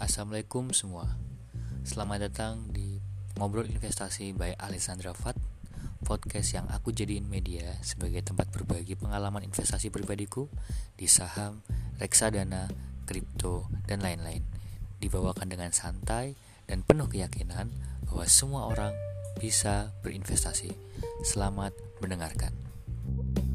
Assalamualaikum semua. Selamat datang di Ngobrol Investasi by Alessandra Fat, podcast yang aku jadiin media sebagai tempat berbagi pengalaman investasi pribadiku di saham, reksadana, kripto, dan lain-lain. Dibawakan dengan santai dan penuh keyakinan bahwa semua orang bisa berinvestasi. Selamat mendengarkan.